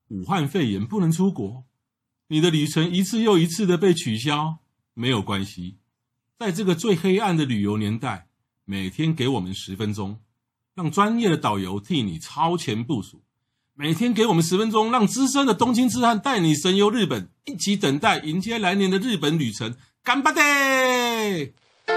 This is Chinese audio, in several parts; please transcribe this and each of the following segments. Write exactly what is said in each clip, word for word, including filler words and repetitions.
武汉肺炎不能出国，你的旅程一次又一次的被取消，没有关系。在这个最黑暗的旅游年代，每天给我们十分钟，让专业的导游替你超前部署。每天给我们十分钟，让资深的东京之汉带你神游日本，一起等待迎接来年的日本旅程。干巴爹！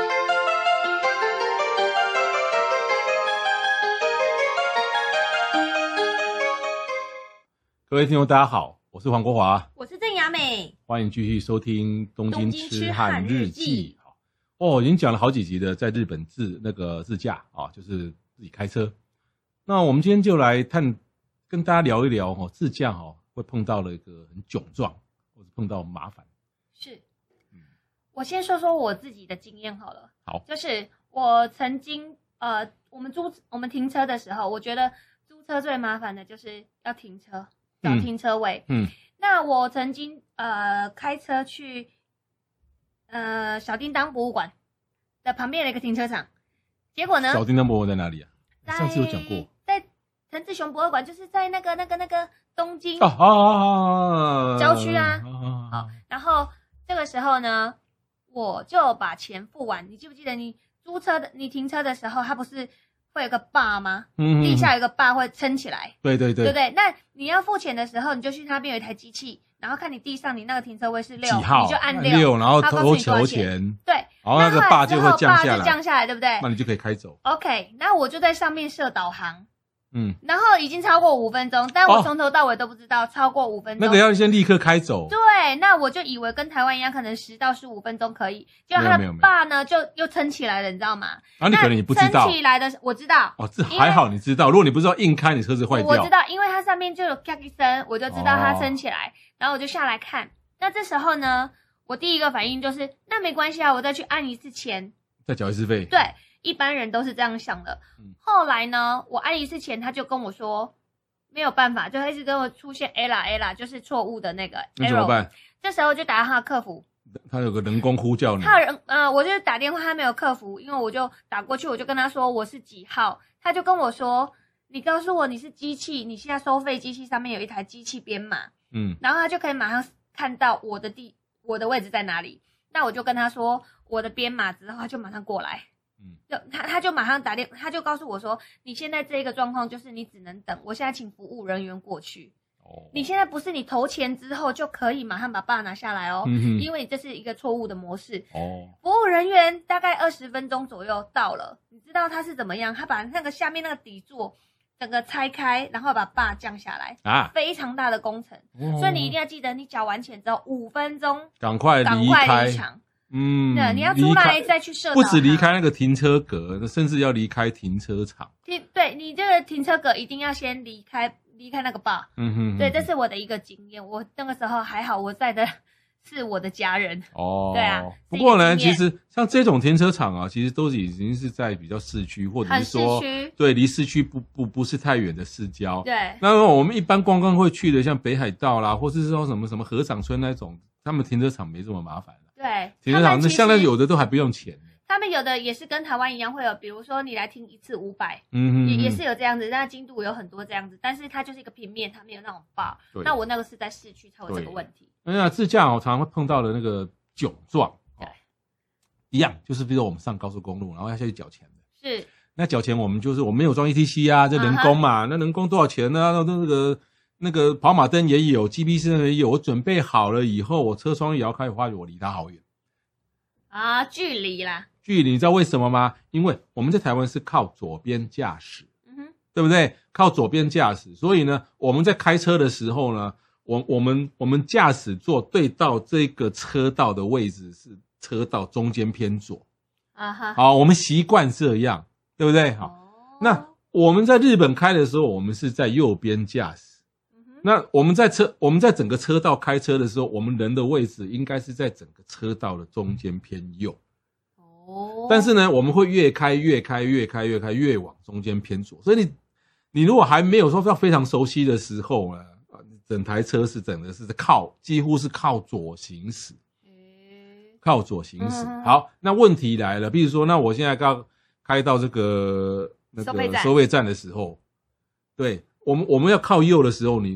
各位听众大家好，我是黄国华， 我是郑雅美， 欢迎继续收听东京痴汉日记。哦，已经讲了好几集的在日本自那个自驾啊，就是自己开车。那我们今天就来探跟大家聊一聊哦，自驾哦会碰到了一个很窘状，或者碰到麻烦。 是，嗯，我先说说我自己的经验好了。 好， 就是我曾经呃，我们租我们停车的时候，我觉得租车最麻烦的就是要停车，找停车位。嗯，嗯那我曾经呃开车去呃小叮当博物馆的旁边的一个停车场，结果呢， 小叮当博物馆在哪里啊？上次有讲过。 陈志雄博物馆就是在那个、那个、那个东京啊啊郊区啊。好，然后这个时候呢，我就把钱付完。你记不记得你租车的、你停车的时候，它不是会有个坝吗？嗯，地下有个坝会撑起来。 对对对， 对不对？那你要付钱的时候，你就去那边有一台机器，然后看你地上你那个停车位是六， 几号， 你就按六，六然后投球钱。 对， 然后那个坝就会降下来， 就降下来，对不对？ 那你就可以开走。 OK， 那我就在上面设导航。 嗯， 然后已经超过五分钟，但我从头到尾都不知道超过五分钟。 那个要先立刻开走。 对，那我就以为跟台湾一样，可能十到十五分钟可以，结果他的坝呢就又撑起来了，你知道吗？ 啊，你可能你不知道。 撑起来的我知道。 哦，这还好你知道，如果你不知道硬开，你车子坏掉。 我知道，因为它上面就有咔一声，我就知道它撑起来，然后我就下来看。那这时候呢，我第一个反应就是，那没关系啊，我再去按一次钱， 再缴一次费。 对。一般人都是这样想的。嗯、后来呢，我按一次钱，他就跟我说没有办法，就一直跟我出现 error error， 就是错误的那个 error。 那怎么办？ 这时候就打到他的客服， 他有个人工呼叫你。 他人呃，我就打电话，他没有客服，因为我就打过去，我就跟他说我是几号，他就跟我说你告诉我你是机器，你现在收费机器上面有一台机器编码，嗯，然后他就可以马上看到我的地我的位置在哪里。那我就跟他说我的编码之后，他就马上过来。嗯，就他他就马上打电，他就告诉我说，你现在这一个状况就是你只能等，我现在请服务人员过去。哦，你现在不是你投钱之后就可以马上把坝拿下来哦，嗯、因为这是一个错误的模式。哦，服务人员大概二十分钟左右到了，你知道他是怎么样？他把那个下面那个底座整个拆开，然后把坝降下来啊，非常大的工程。哦、所以你一定要记得，你缴完钱之后五分钟赶快赶快离场。嗯，对，你要出来再去设， 不止离开那个停车格，甚至要离开停车场。 停，对你这个停车格一定要先离开，离开那个坝。嗯哼，对，这是我的一个经验。我那个时候还好，我在的是我的家人。哦，对啊。 不过呢，其实像这种停车场啊，其实都已经是在比较市区，或者是说，对，离市区不不不是太远的市郊。 对。 那么我们一般观光会去的，像北海道啦，或是说什么什么河场村那种，他们停车场没这么麻烦。 对， 停车场像那有的都还不用钱。 他们有的也是跟台湾一样，会有，比如说你来停一次五百，嗯，也也是有这样子。那京都有很多这样子，但是它就是一个平面，它没有那种坝。那我那个是在市区才有这个问题。 那自驾我常常会碰到的那个窘状，对，一样就是比如说我们上高速公路，然后要下去缴钱的。 是。 那缴钱我们就是我们没有装 E T C 啊，这人工嘛，那人工多少钱呢？那那个。那个跑马灯也有 ，G P S 也有，我准备好了以后，我车窗一摇开，我发觉我离它好远啊，距离啦， 距离，你知道为什么吗？因为我们在台湾是靠左边驾驶，嗯哼，对不对？靠左边驾驶，所以呢，我们在开车的时候呢，我我们我们驾驶座对到这个车道的位置是车道中间偏左，啊哈，好，我们习惯这样，对不对？好，哦、那我们在日本开的时候，我们是在右边驾驶。那我们在车，我们在整个车道开车的时候，我们人的位置应该是在整个车道的中间偏右。哦。但是呢，我们会越开越开越开越开越往中间偏左。所以你，你如果还没有说到非常熟悉的时候呢，整台车是整个是靠几乎是靠左行驶。靠左行驶。好，那问题来了，比如说，那我现在刚开到这个那个收费站的时候，对我们我们要靠右的时候，你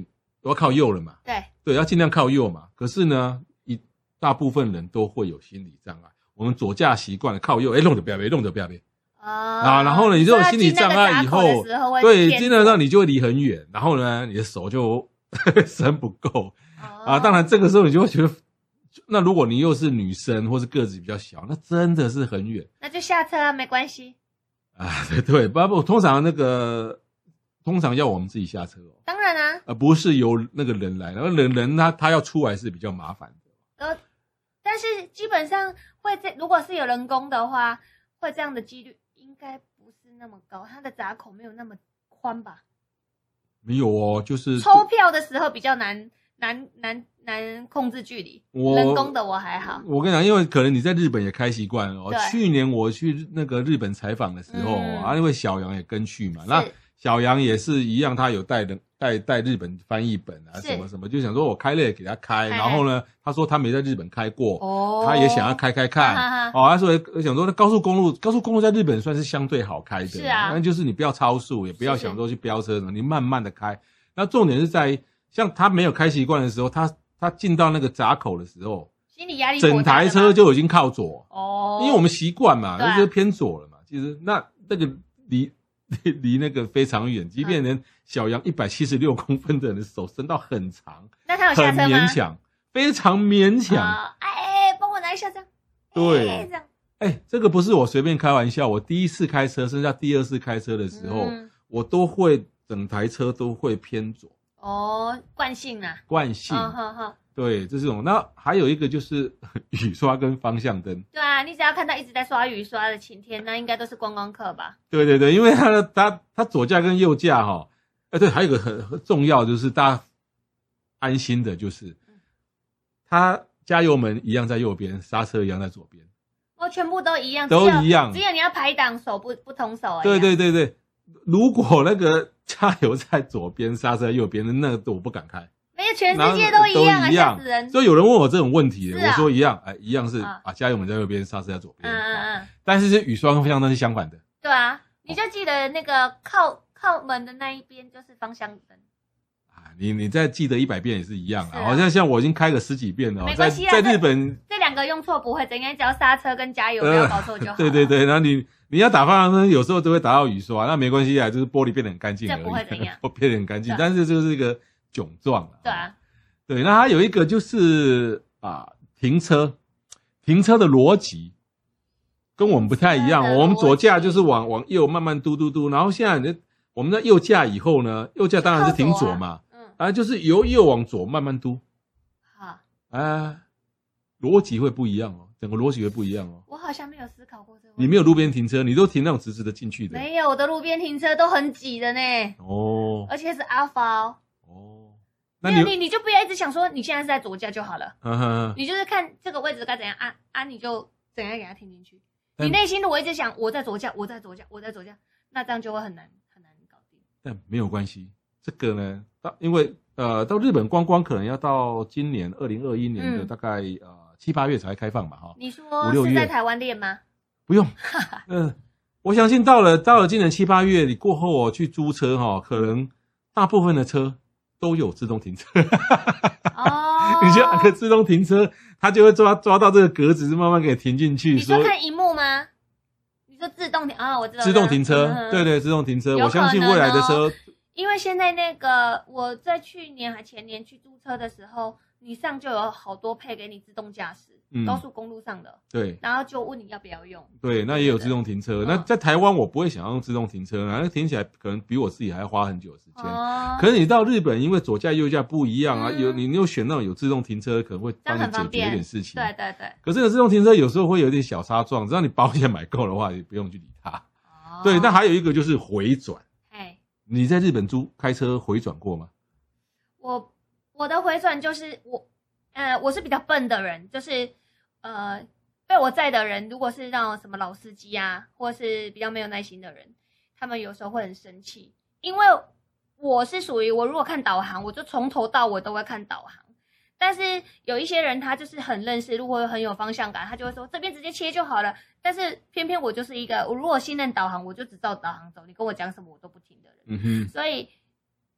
都要靠右了嘛。 对对，要尽量靠右嘛。可是呢，一大部分人都会有心理障碍。我们左驾习惯了靠右，哎，弄得不要别，弄得不要别。哦、啊，然后呢，你就有心理障碍以后，对，基本上你就会离很远，然后呢，你的手就伸不够、哦、啊。当然，这个时候你就会觉得，那如果你又是女生或是个子比较小，那真的是很远。 那就下车啊，没关系。 啊，对对，不不，通常那个通常要我们自己下车哦。 当然啊， 而不是由那个人来，然后人人他他要出来是比较麻烦的。 呃，但是基本上会这，如果是有人工的话，会这样的几率。应该不是那么高，它的闸口没有那么宽吧？ 没有哦，就是抽票的时候比较难难难难控制距离。人工的我还好。我跟你讲，因为可能你在日本也开习惯了哦。去年我去那个日本采访的时候、嗯、啊，因为小杨也跟去嘛，那小杨也是一样，他有带人带带日本翻译本啊，什么什么，就想说我开了也给他开，然后呢，他说他没在日本开过，哦、他也想要开开看，哈哈哦，他说想说高速公路，高速公路在日本算是相对好开的， 是啊， 但就是你不要超速，也不要想说去飙车，你慢慢的开。那重点是在像他没有开习惯的时候，他他进到那个闸口的时候， 心理压力整台车就已经靠左哦，因为我们习惯嘛，啊、就是偏左了嘛。其实那那个离。离那个非常远，即便连小杨一百七十六公分的人手伸到很长， 那他有下车吗？ 很勉强，非常勉强。 哎哎，帮我拿一下这样。 对，哎、这样。哎，这个不是我随便开玩笑。我第一次开车，甚至第二次开车的时候，嗯、我都会整台车都会偏左。 哦，惯性啊。 惯性。哦好好对，这是种。那还有一个就是雨刷跟方向灯。 对啊，你只要看到一直在刷雨刷的晴天，那应该都是观光客吧？ 对对对，因为它的它它左驾跟右驾哈，哎对，还有一个很很重要就是大家安心的就是，它加油门一样在右边，刹车一样在左边。 哦，全部都一样， 都一样， 只有你要排档手不不同手而已。 对对对对，如果那个加油在左边，刹车在右边的那个我不敢开。 没有，全世界都一样啊，吓死人！ 所以有人问我这种问题， 啊、 我说一样，哎，一样是啊，啊加油门在右边，刹车在左边。 嗯嗯嗯。 但是是雨刷跟方向灯是相反的。 对啊，你就记得那个靠靠门的那一边就是方向灯。 啊，你你再记得一百遍也是一样啊，好像像我已经开了十几遍了。 没关系啊，在在日本这两个用错不会怎样，只要刹车跟加油不要搞错就好、呃。 对对对，然后你你要打方向灯，有时候都会打到雨刷，那没关系啊，就是玻璃变得很干净而已。 这不会怎样， 变得很干净，但是就是一个窘状。 对啊。 对，那还有一个就是啊，停车，停车的逻辑跟我们不太一样。我们左驾就是往往右慢慢嘟嘟嘟，然后现在你我们在右驾以后呢，右驾当然是停左嘛，嗯，啊就是由右往左慢慢嘟， 好， 啊，逻辑会不一样哦，整个逻辑会不一样哦。 我好像没有思考过这个。 你没有路边停车，你都停那种直直的进去的。 没有，我的路边停车都很挤的呢。 哦， 而且是阿法哦。 哦。 那你你你就不要一直想说你现在是在左驾就好了， 嗯哼， 你就是看这个位置该怎样啊啊，你就怎样给它停进去。你内心如果一直想我在左驾，我在左驾，我在左驾，那这样就会很难很难搞定。 但没有关系，这个呢，到因为呃到日本观光可能要到今年二零二一年的大概、嗯、呃七八月才开放嘛哈。 你说是在台湾练吗？ 不用，嗯、呃，我相信到了到了今年七八月你过后我去租车哈，可能大部分的车。都有自动停车哦，你就按个自动停车，它就会抓抓到这个格子，慢慢给停进去。 你说看荧幕吗？你说自动停啊、哦，我知道。 自动停车，嗯、对对，自动停车。我相信未来的车， 因为现在那个我在去年还前年去租车的时候，你上就有好多配给你自动驾驶。嗯、高速公路上的， 对， 然后就问你要不要用， 对，那也有自动停车。那在台湾我不会想要用自动停车，那停起来可能比我自己还要花很久的时间。哦、可是你到日本，因为左驾右驾不一样啊，嗯、有你又选那种有自动停车，可能会帮你解决一点事情。 对对对。 可是有自动停车有时候会有点小擦撞，只要你保险买够的话，也不用去理它。哦、对，那还有一个就是回转。 哎， 你在日本租开车回转过吗？ 我我的回转就是我，呃，我是比较笨的人，就是。呃，被我载的人，如果是那种什么老司机啊，或是比较没有耐心的人，他们有时候会很生气，因为我是属于我如果看导航，我就从头到尾都会看导航。但是有一些人他就是很认识路或很有方向感，他就会说这边直接切就好了。但是偏偏我就是一个，我如果信任导航，我就只照导航走，你跟我讲什么我都不听的人。嗯哼，所以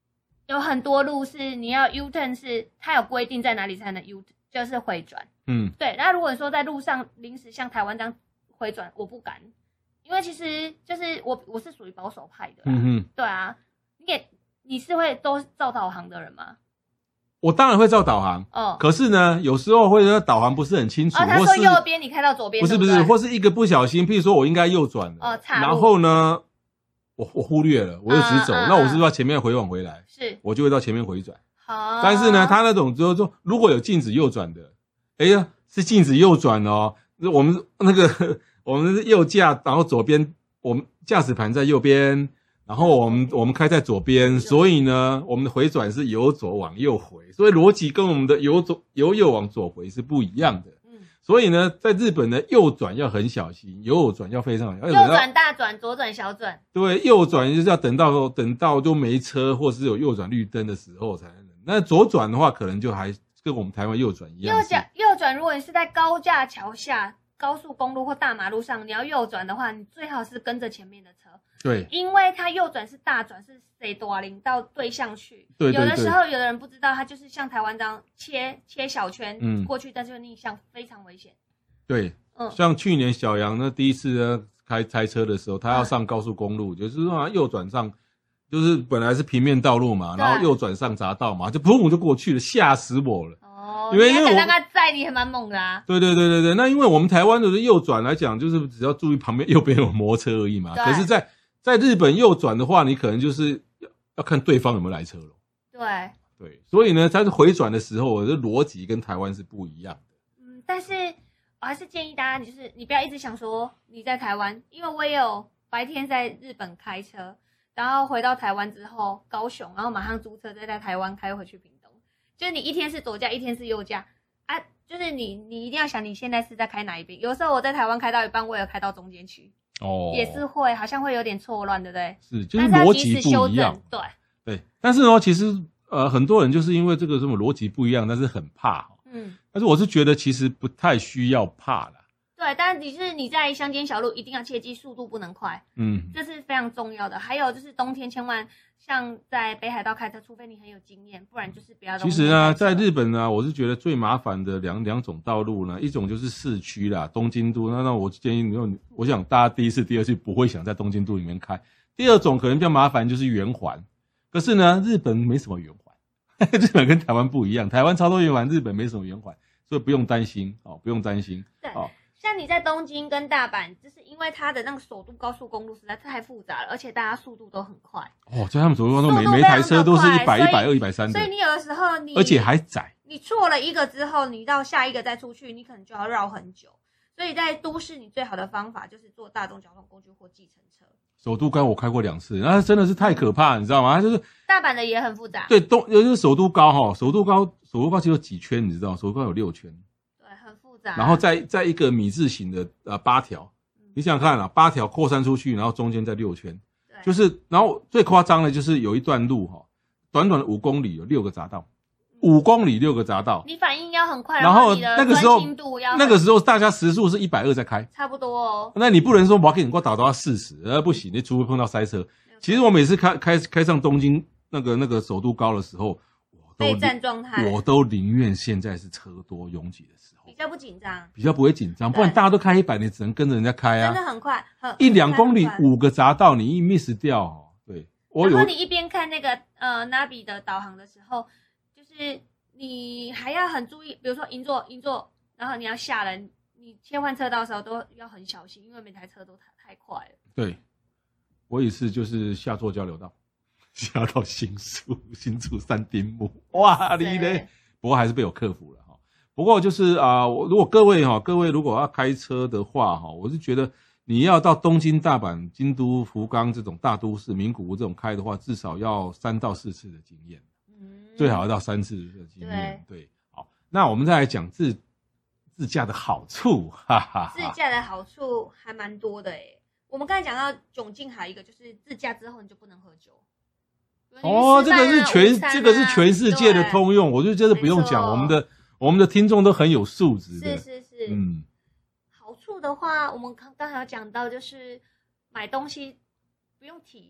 有很多路是你要 U turn 是它有规定在哪里才能 U， 就是回转。嗯，对。那如果说在路上临时像台湾这样回转，我不敢，因为其实就是我我是属于保守派的。嗯哼，对啊，你也你是会都照导航的人吗？ 我当然会照导航，哦，可是呢，有时候会说导航不是很清楚， 哦，他说右边你开到左边， 不是不是，或是一个不小心，譬如说我应该右转了，哦，然后呢，我我忽略了，我又直走，嗯嗯、那我是不是要前面回往回来？是，我就会到前面回转。好，但是呢，他那种就是说，如果有禁止右转的，哎呀，是禁止右转哦，我们那个我们是右驾，然后左边我们驾驶盘在右边。然后我们我们开在左边，所以呢，我们的回转是由左往右回，所以逻辑跟我们的由左由右往左回是不一样的。嗯，所以呢，在日本呢，右转要很小心，右转要非常小心。 右转大转，左转小转。 对，右转就是要等到等到都没车或是有右转绿灯的时候才能。那左转的话，可能就还跟我们台湾右转一样。 右转右转，如果你是在高架桥下、高速公路或大马路上，你要右转的话，你最好是跟着前面的车。 对， 因为它右转是大转，是谁多零到对向去。对对对，有的时候有的人不知道，他就是像台湾这样切切小圈、嗯、过去，但是逆向非常危险。 对，嗯，像去年小杨呢第一次呢开开车的时候，他要上高速公路，嗯、就是说右转上，就是本来是平面道路嘛，然后右转上匝道嘛，就砰就过去了，吓死我了。 哦，因为因为我他载你还蛮猛的啊。 对对对对对，那因为我们台湾的右转来讲，就是只要注意旁边右边有摩托车而已嘛，可是在在日本右转的话，你可能就是要要看对方有没有来车了。 对对，所以呢，它是回转的时候，我的逻辑跟台湾是不一样的。 嗯，但是我还是建议大家，就是你不要一直想说你在台湾，因为我也有白天在日本开车，然后回到台湾之后，高雄，然后马上租车再在台湾开回去屏东，就是你一天是左驾，一天是右驾啊，就是你你一定要想你现在是在开哪一边。有时候我在台湾开到一半，我有开到中间去。哦，也是会，好像会有点错乱，对不对？ 是，就是逻辑不一样。 对对，但是呢，其实呃，很多人就是因为这个什么逻辑不一样，但是很怕。嗯，但是我是觉得其实不太需要怕啦。 对，但是你是你在乡间小路一定要切记速度不能快，嗯，这是非常重要的。还有就是冬天千万像在北海道开车，除非你很有经验，不然就是不要。 其实呢，在日本呢，我是觉得最麻烦的两两种道路呢，一种就是市区啦，东京都。那那我建议你，我想大家第一次、第二次不会想在东京都里面开。第二种可能比较麻烦就是圆环，可是呢，日本没什么圆环，日本跟台湾不一样，台湾超多圆环，日本没什么圆环，所以不用担心哦，不用担心。 对。哦，像你在东京跟大阪，就是因为它的那个首都高速公路实在太复杂了，而且大家速度都很快。 哦，在他们首都高速每每台车都是一百、一百二、一百三的， 所以你有的时候你而且还窄， 你错了一个之后，你到下一个再出去，你可能就要绕很久。所以在都市，你最好的方法就是坐大众交通工具或计程车。 首都高我开过两次，那真的是太可怕，你知道吗？它就是大阪的也很复杂。 对，东尤其是首都高哈，首都高首都高其实有几圈，你知道？首都高有六圈。然后在在一个米字形的呃八条，你想想看啊，八条扩散出去，然后中间再六圈，就是然后最夸张的就是有一段路哈，短短的五公里有六个匝道，五公里六个匝道， 你反应要很快， 然后你的那个时候那个时候大家时速是一百二在开， 差不多哦。 那你不能说我要给你给我导到四十，呃不行，你除非碰到塞车。其实我每次开开开上东京那个那个首都高的时候， 备战状态， 我都宁愿现在是车多拥挤的时候， 比较不紧张， 比较不会紧张，不然大家都开一百，你只能跟着人家开啊， 真的很快，很一两公里五个匝道，你一 miss 掉，哦，对，我有。 然后你一边看那个呃 Navi 的导航的时候，就是你还要很注意，比如说银座银座，然后你要下人，你切换车道的时候都要很小心，因为每台车都太太快了。 对，我也是，就是下错交流道。下到新宿新宿三丁目，哇你嘞！不过还是被我克服了哈。不过就是啊、呃，如果各位哈，各位如果要开车的话哈，我是觉得你要到东京、大阪、京都、福冈这种大都市、名古屋这种开的话，至少要三到四次的经验，嗯，最好要到三次的经验。对，对，好，那我们再来讲自自驾的好处，哈哈哈。 自驾的好处还蛮多的诶。我们刚才讲到迥尽还有一个就是自驾之后你就不能喝酒。 哦，这个是全、啊、这个是全世界的通用，我就觉得不用讲，我们的我们的听众都很有素质的。 是是是，嗯。好处的话，我们刚刚才有讲到，就是买东西不用提，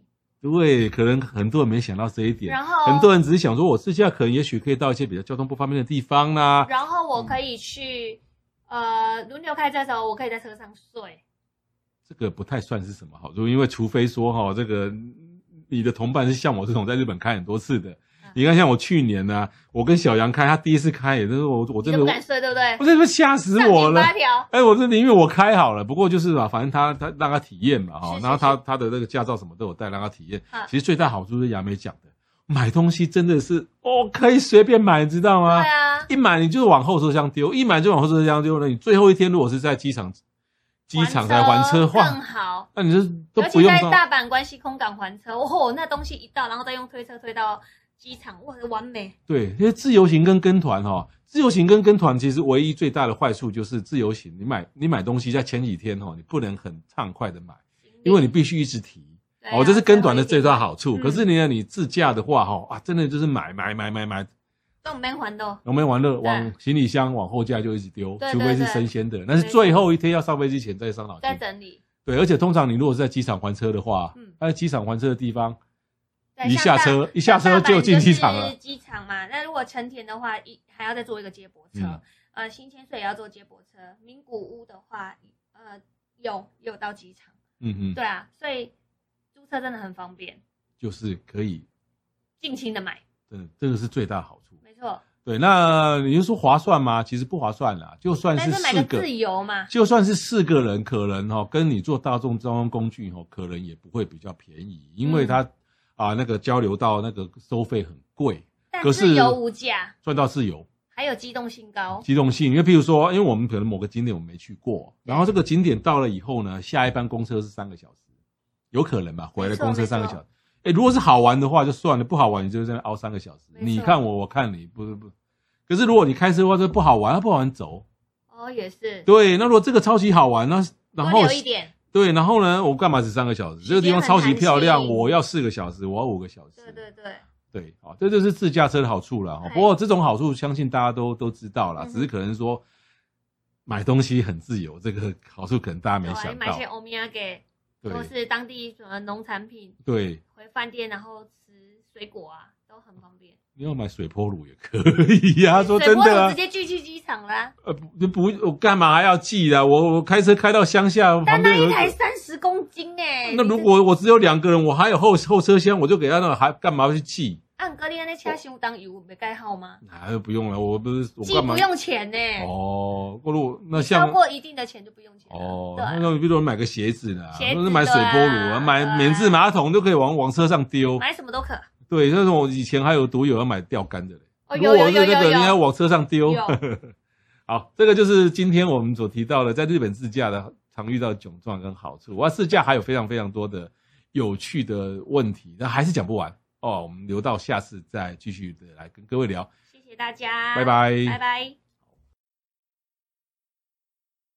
对，可能很多人没想到这一点， 然后很多人只是想说，我自驾可能也许可以到一些比较交通不方便的地方啦、啊。 然后我可以去、嗯、呃轮流开车的时候，我可以在车上睡。 这个不太算是什么好处，因为除非说哈、哦，这个你的同伴是像我这种在日本开很多次的。你看，像我去年呢、啊，我跟小杨开，他第一次开，也就是我，我真的不敢睡，对不对？ 我真的吓死我了。 上紧八条， 哎，我这宁愿我开好了，不过就是吧，反正他他让他体验嘛，哈，然后他他的那个驾照什么都有带，让他体验。其实最大好处是杨梅讲的，买东西真的是哦，可以随便买，你知道吗？ 对啊， 一买你就往后车厢丢，一买就往后车厢丢了。你最后一天如果是在机场，机场才还车， 更好。 那你就都不用。 尤其在大阪关西空港还车，哦，那东西一到，然后再用推车推到机场，哇，完美。 对，因为自由行跟跟团哈，自由行跟跟团其实唯一最大的坏处就是自由行，你買你買東西在前幾天哈，你不能很暢快的買，因為你必須一直提。哦，這是跟團的最大好處。嗯、可是你呢，你自駕的話哈啊，真的就是買買買買買， 都沒還的， 都沒還的，往行李箱往後架就一直丟，除非是生鮮的，那是最後一天要上飛機前再傷腦筋。 再整理。對， 而且通常你如果是在機場還車的話，嗯，在機場還車的地方。一下車，一下車就進機場了。 機場嘛，那如果成田的話，一還要再坐一個接駁車。嗯、呃，新千歲也要坐接駁車。名古屋的話，呃，有有到機場。嗯嗯。對啊，所以租車真的很方便。 就是可以盡情的買。 真的，這個是最大好處。 沒錯。 對，那你就說划算嗎？其實不划算啦，就算是四個， 但是買個自由嘛， 就算是四個人，可能哈、哦，跟你坐大眾交通工具哈、哦，可能也不會比較便宜，因為它。嗯啊，那個交流道那個收費很貴， 但自由無價， 賺到自由， 還有機動性高。 機動性，因為譬如說，因為我們可能某個景點我們沒去過，然後這個景點到了以後呢，下一班公車是三個小時，有可能吧？回來公車三個小時。誒，如果是好玩的話就算了，不好玩你就在那熬三個小時。你看我，我看你，不不不。可是如果你開車的話，就不好玩，不好玩走。 哦，也是。 對，那如果這個超級好玩，那然後多留一點。對， 然後呢，我幹嘛只三個小時？這個地方超級漂亮，我要四個小時，我要五個小時。對對對，對，好，這就是自駕車的好處啦。不過這種好處相信大家都都知道啦，嗯、只是可能說買東西很自由，這個好處可能大家沒想到。你買些歐米亞給，或是當地什麼農產品，對，回飯店然後吃水果啊，都很方便。你要買水波爐也可以呀、啊，說真的、啊，水波爐直接寄去機場啦。呃，不不，我幹嘛還要寄啦？我我開車開到鄉下， 但那一台三十公斤誒、欸。 那如果我只有兩個人，我還有後後車廂，我就給他那個，還幹嘛要去寄？ 按哥，你那車廂當油沒蓋好嗎？ 哎，不用了，我不是我幹嘛？寄不用錢呢、欸。 哦，如果那像超過一定的錢就不用錢。 哦，那那比如說買個鞋子啦， 鞋子或者買水波爐啊，買免治馬桶都可以往往車上丟， 買什麼都可。對， 那種我以前還有獨有要買釣竿的嘞。 哦，有有有有有， 那個你要往車上丟。好，這個就是今天我們所提到的，在日本自駕的常遇到的窘狀跟好處。哇，自駕還有非常非常多的有趣的問題，但還是講不完哦。我們留到下次再繼續的來跟各位聊。謝謝大家，拜拜，拜拜。